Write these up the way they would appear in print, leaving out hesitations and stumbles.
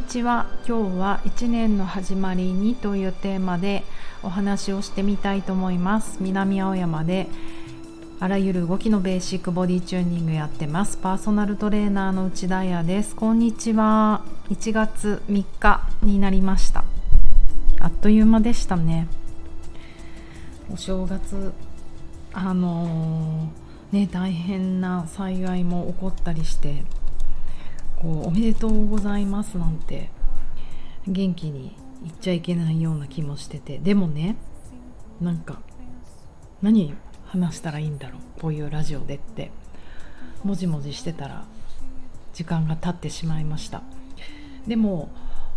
ちは。今日は1年の始まりにというテーマでお話をしてみたいと思います。南青山であらゆる動きのベーシックボディチューニングやってます。パーソナルトレーナーの内田彩です。こんにちは。1月3日になりました。あっという間でしたね。お正月大変な災害も起こったりしておめでとうございますなんて元気に言っちゃいけないような気もしてて、でもね、何話したらいいんだろう、こういうラジオでってもじもじしてたら時間が経ってしまいました。でも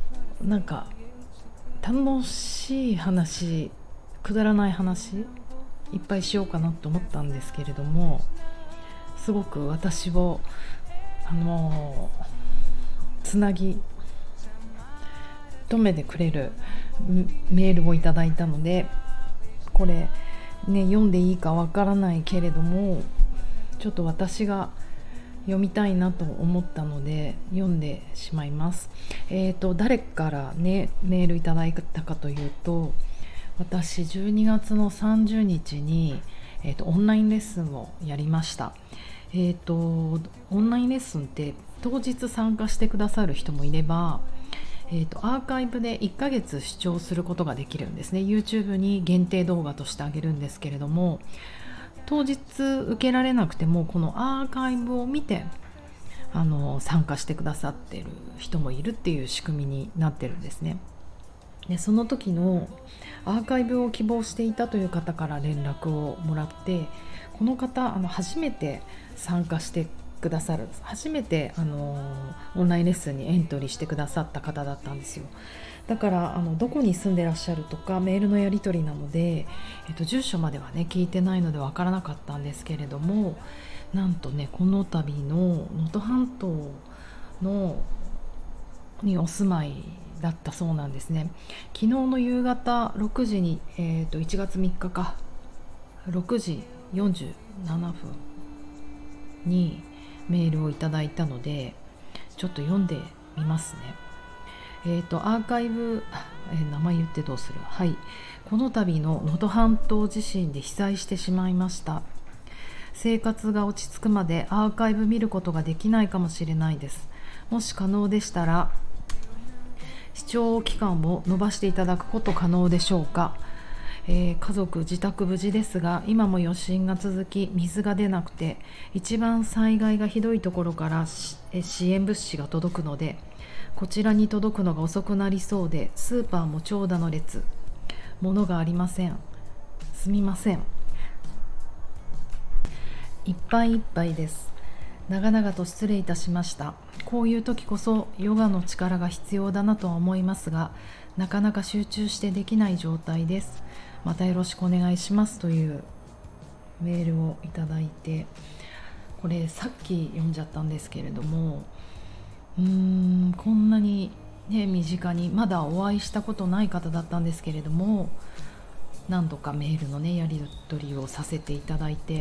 楽しい話、くだらない話いっぱいしようかなと思ったんですけれども、すごく私をつなぎ止めてくれるメールをいただいたので、これね、読んでいいかわからないけれども、ちょっと私が読みたいなと思ったので読んでしまいます。誰からねメールいただいたかというと、私12月の30日に、オンラインレッスンをやりました。オンラインレッスンって当日参加してくださる人もいれば、アーカイブで1ヶ月視聴することができるんですね。 YouTube に限定動画としてあげるんですけれども、当日受けられなくてもこのアーカイブを見て参加してくださっている人もいるっていう仕組みになってるんですね。でその時のアーカイブを希望していたという方から連絡をもらって、この方初めて参加してくださる、初めてオンラインレッスンにエントリーしてくださった方だったんですよ。だからどこに住んでらっしゃるとかメールのやり取りなので、住所まではね聞いてないのでわからなかったんですけれども、なんとね、この度の能登半島にお住まいだったそうなんですね。昨日の夕方6時に、1月3日か6時47分にメールをいただいたので、ちょっと読んでみますね。アーカイブ、名前言ってどうする。はい、この度の能登半島地震で被災してしまいました。生活が落ち着くまでアーカイブ見ることができないかもしれないです。もし可能でしたら視聴期間を延ばしていただくこと可能でしょうか。家族自宅無事ですが、今も余震が続き水が出なくて、一番災害がひどいところから支援物資が届くので、こちらに届くのが遅くなりそうで、スーパーも長蛇の列、物がありません。すみません、いっぱいいっぱいです。長々と失礼いたしました。こういう時こそヨガの力が必要だなとは思いますが、なかなか集中してできない状態です。またよろしくお願いしますというメールをいただいて、これさっき読んじゃったんですけれども、こんなにね身近にまだお会いしたことない方だったんですけれども、何度かメールのねやり取りをさせていただいて、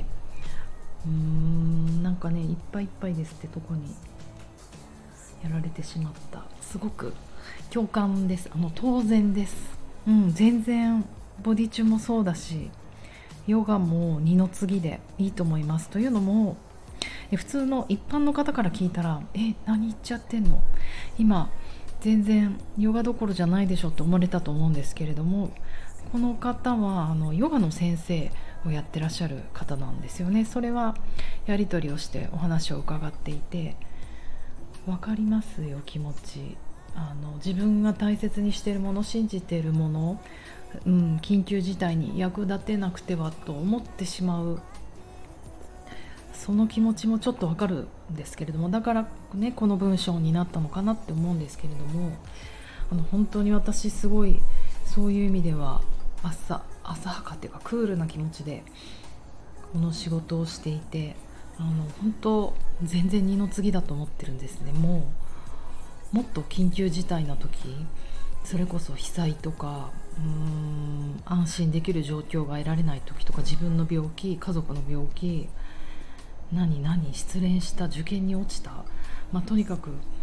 いっぱいいっぱいですってとこにやられてしまった。すごく共感です。当然です。全然ボディ中もそうだし、ヨガも二の次でいいと思います。というのも、普通の一般の方から聞いたら、何言っちゃってんの、今全然ヨガどころじゃないでしょって思われたと思うんですけれども、この方はヨガの先生をやってらっしゃる方なんですよね。それはやり取りをしてお話を伺っていて分かりますよ、気持ち。自分が大切にしているもの、信じているもの、緊急事態に役立てなくてはと思ってしまう、その気持ちもちょっとわかるんですけれども、だからねこの文章になったのかなって思うんですけれども、本当に私すごいそういう意味では浅はかっていうかクールな気持ちでこの仕事をしていて、本当全然二の次だと思ってるんですね。もっと緊急事態な時、それこそ被災とか安心できる状況が得られない時とか、自分の病気、家族の病気、失恋した、受験に落ちた、とにかく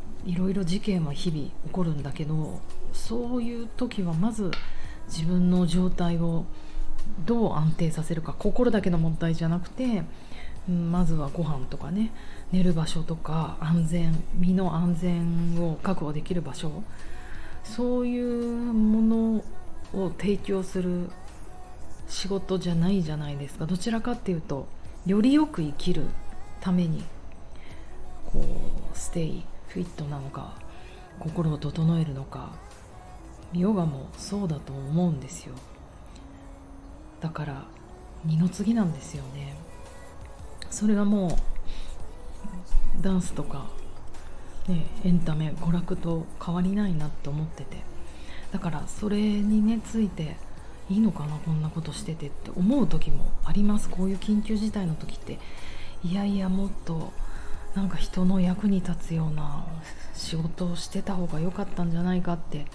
いろいろ事件は日々起こるんだけど、そういう時はまず自分の状態をどう安定させるか、心だけの問題じゃなくて、まずはご飯とかね、寝る場所とか身の安全を確保できる場所、そういうものを提供する仕事じゃないじゃないですか。どちらかっていうとよりよく生きるためにこうステイフィットなのか、心を整えるのか、ヨガもそうだと思うんですよ。だから二の次なんですよね。それがもうダンスとか、ね、エンタメ娯楽と変わりないなって思ってて、だからそれにねついていいのかな、こんなことしててって思う時もあります。こういう緊急事態の時って、いやいやもっとなんか人の役に立つような仕事をしてた方が良かったんじゃないかって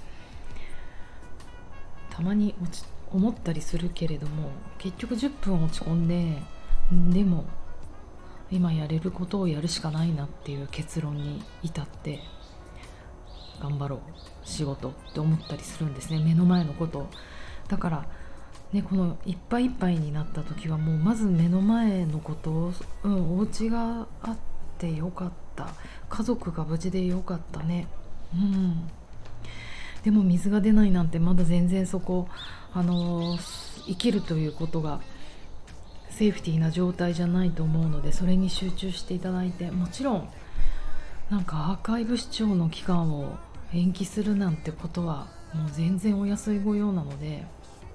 たまに思ったりするけれども、結局10分落ち込んで、でも今やれることをやるしかないなっていう結論に至って、頑張ろう仕事って思ったりするんですね、目の前のことを。だからね、このいっぱいいっぱいになった時はもうまず目の前のことを、お家があってよかった、家族が無事でよかったね、でも水が出ないなんてまだ全然そこ、生きるということがセーフティーな状態じゃないと思うので、それに集中していただいて、もちろんなんかアーカイブ視聴の期間を延期するなんてことはもう全然お安いご用なので、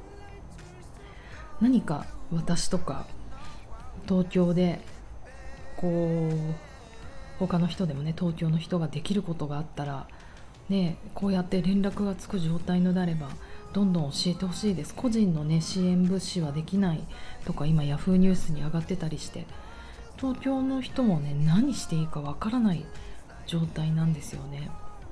何か私とか東京でこう他の人でもね、東京の人ができることがあったらね、こうやって連絡がつく状態のであればどんどん教えてほしいです。個人のね支援物資はできないとか今ヤフーニュースに上がってたりして、東京の人もね何していいかわからない状態なんですよね。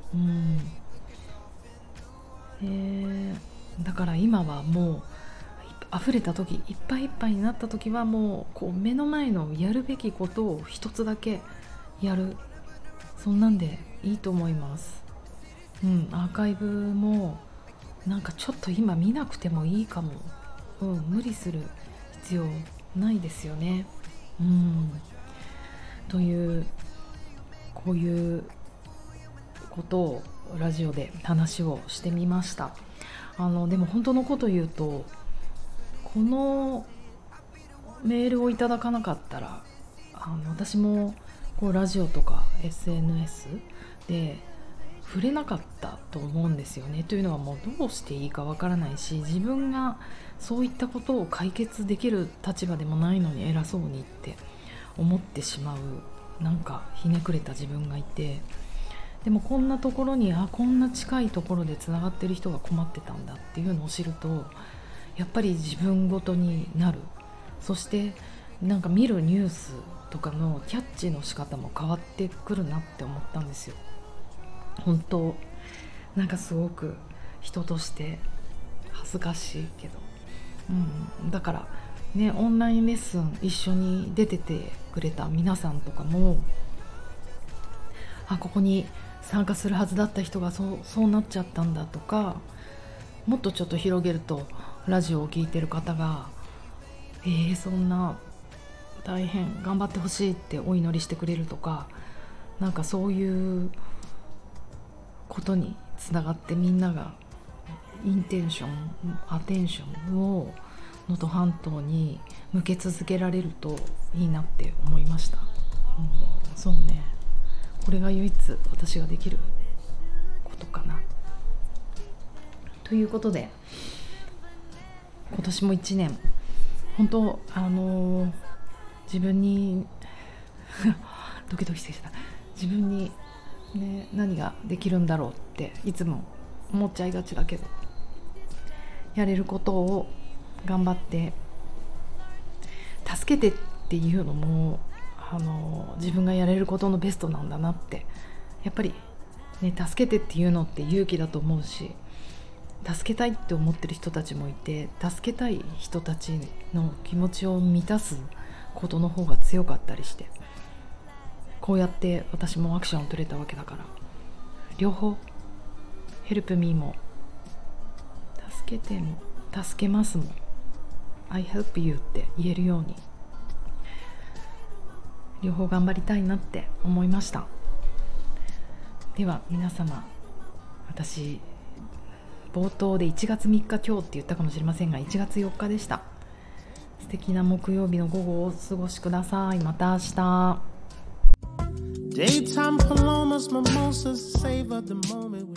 だから今はもう溢れた時、いっぱいいっぱいになった時はもうこう目の前のやるべきことを一つだけやる、そんなんでいいと思います。アーカイブもなんかちょっと今見なくてもいいかも、無理する必要ないですよね。というこういうことをラジオで話をしてみました。でも本当のこと言うと、このメールをいただかなかったら私もこうラジオとか SNS で触れなかったと思うんですよね。というのはもうどうしていいかわからないし、自分がそういったことを解決できる立場でもないのに偉そうにって思ってしまう、なんかひねくれた自分がいて、でもこんなところにこんな近いところでつながってる人が困ってたんだっていうのを知ると、やっぱり自分ごとになる。そしてなんか見るニュースとかのキャッチの仕方も変わってくるなって思ったんですよ。本当なんかすごく人として恥ずかしいけど、だからね、オンラインレッスン一緒に出ててくれた皆さんとかも、ここに参加するはずだった人がそうなっちゃったんだとか、もっとちょっと広げるとラジオを聞いてる方がそんな大変頑張ってほしいってお祈りしてくれるとか、なんかそういうことにつながって、みんながインテンションアテンションを能登半島に向け続けられるといいなって思いました。そうね、これが唯一私ができることかなということで、今年も1年本当自分にドキドキしてきた。自分に、ね、何ができるんだろうっていつも思っちゃいがちだけど、やれることを頑張って助けてっていうのも自分がやれることのベストなんだなって、やっぱり、ね、助けてっていうのって勇気だと思うし、助けたいって思ってる人たちもいて、助けたい人たちの気持ちを満たすことの方が強かったりして、こうやって私もアクションを取れたわけだから、 両方、ヘルプミーも助けても助けますも I help you って言えるように両方頑張りたいなって思いました。では皆様、私冒頭で1月3日今日って言ったかもしれませんが、1月4日でした。素敵な木曜日の午後をお過ごしください。また明日。Daytime palomas, mimosas, savor the moment.